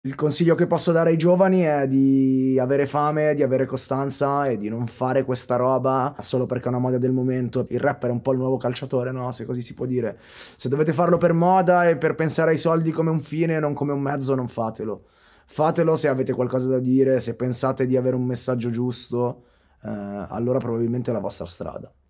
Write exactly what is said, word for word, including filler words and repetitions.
Il consiglio che posso dare ai giovani è di avere fame, di avere costanza e di non fare questa roba solo perché è una moda del momento. Il rapper è un po' il nuovo calciatore, no? Se così si può dire. Se dovete farlo per moda e per pensare ai soldi come un fine e non come un mezzo, non fatelo. Fatelo se avete qualcosa da dire, se pensate di avere un messaggio giusto, eh, allora probabilmente è la vostra strada.